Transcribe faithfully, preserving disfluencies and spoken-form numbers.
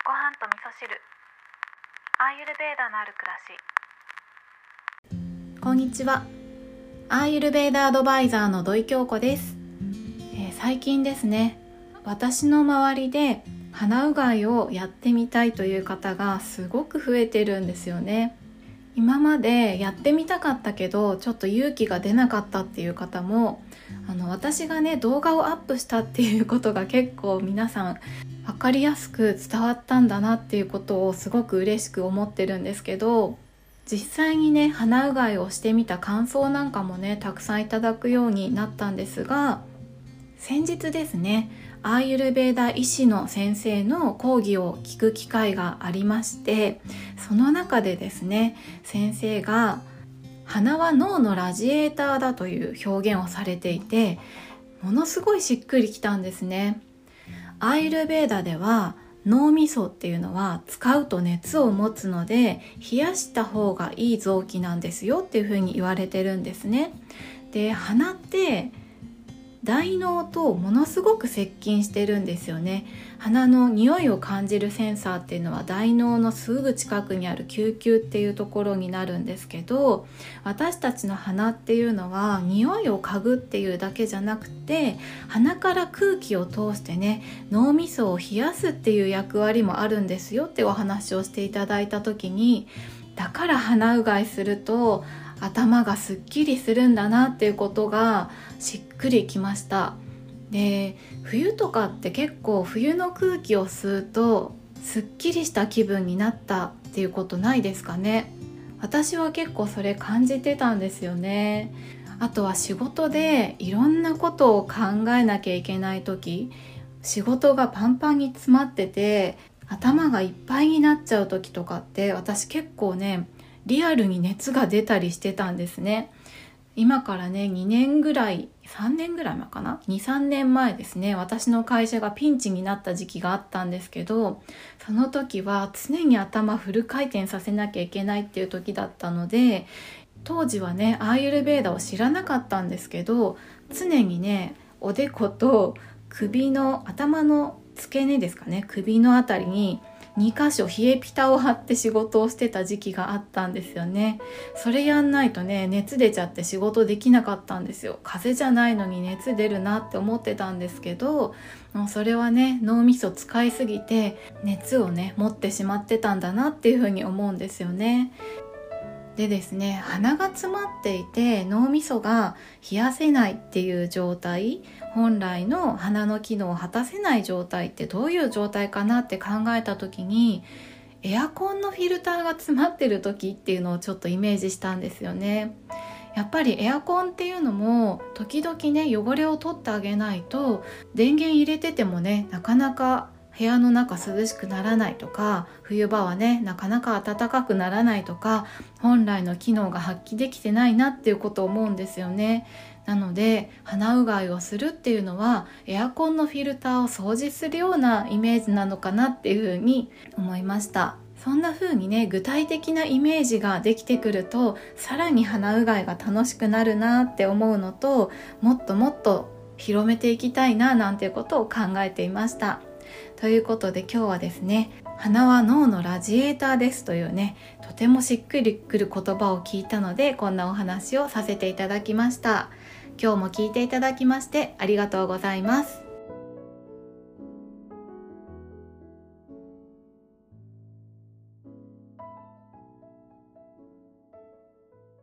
ご飯と味噌汁、アーユルベーダのある暮らし。 こんにちは。アーユルベーダアドバイザーの土井京子です、えー、最近ですね、私の周りで鼻うがいをやってみたいという方がすごく増えてるんですよね。今までやってみたかったけどちょっと勇気が出なかったっていう方も、あの私がね動画をアップしたっていうことが結構皆さん分かりやすく伝わったんだなっていうことをすごく嬉しく思ってるんですけど、実際にね鼻うがいをしてみた感想なんかもねたくさんいただくようになったんですが、先日ですねアーユルベーダ医師の先生の講義を聞く機会がありまして、その中でですね先生が鼻は脳のラジエーターだという表現をされていて、ものすごいしっくりきたんですね。アーユルベーダでは脳みそっていうのは使うと熱を持つので冷やした方がいい臓器なんですよっていうふうに言われてるんですね。で、鼻って大脳とものすごく接近してるんですよね。鼻の匂いを感じるセンサーっていうのは大脳のすぐ近くにある嗅球っていうところになるんですけど、私たちの鼻っていうのは匂いを嗅ぐっていうだけじゃなくて、鼻から空気を通してね脳みそを冷やすっていう役割もあるんですよってお話をしていただいた時に、だから鼻うがいすると頭がすっきりするんだなっていうことがしっくりきました。で、冬とかって結構冬の空気を吸うとすっきりした気分になったっていうことないですかね。私は結構それ感じてたんですよね。あとは仕事でいろんなことを考えなきゃいけない時、仕事がパンパンに詰まってて頭がいっぱいになっちゃう時とかって、私結構ねリアルに熱が出たりしてたんですね。今からねにねんぐらいさんねんぐらい前かな、にさんねんまえですね、私の会社がピンチになった時期があったんですけど、その時は常に頭フル回転させなきゃいけないっていう時だったので、当時はねアーユルベーダを知らなかったんですけど、常にねおでこと首の頭の付け根ですかね、首のあたりににかしょ冷えピタを貼って仕事をしてた時期があったんですよね。それやんないとね熱出ちゃって仕事できなかったんですよ。風邪じゃないのに熱出るなって思ってたんですけど、もうそれはね脳みそ使いすぎて熱をね持ってしまってたんだなっていうふうに思うんですよね。でですね、鼻が詰まっていて脳みそが冷やせないっていう状態、本来の鼻の機能を果たせない状態ってどういう状態かなって考えた時に、エアコンのフィルターが詰まってる時っていうのをちょっとイメージしたんですよね。やっぱりエアコンっていうのも時々ね汚れを取ってあげないと、電源入れててもねなかなか部屋の中涼しくならないとか、冬場はねなかなか暖かくならないとか、本来の機能が発揮できてないなっていうことを思うんですよね。なので鼻うがいをするっていうのはエアコンのフィルターを掃除するようなイメージなのかなっていうふうに思いました。そんな風にね具体的なイメージができてくると、さらに鼻うがいが楽しくなるなって思うのと、もっともっと広めていきたいななんていうことを考えていました。ということで今日はですね、鼻は脳のラジエーターですというねとてもしっくりくる言葉を聞いたので、こんなお話をさせていただきました。今日も聞いていただきましてありがとうございます。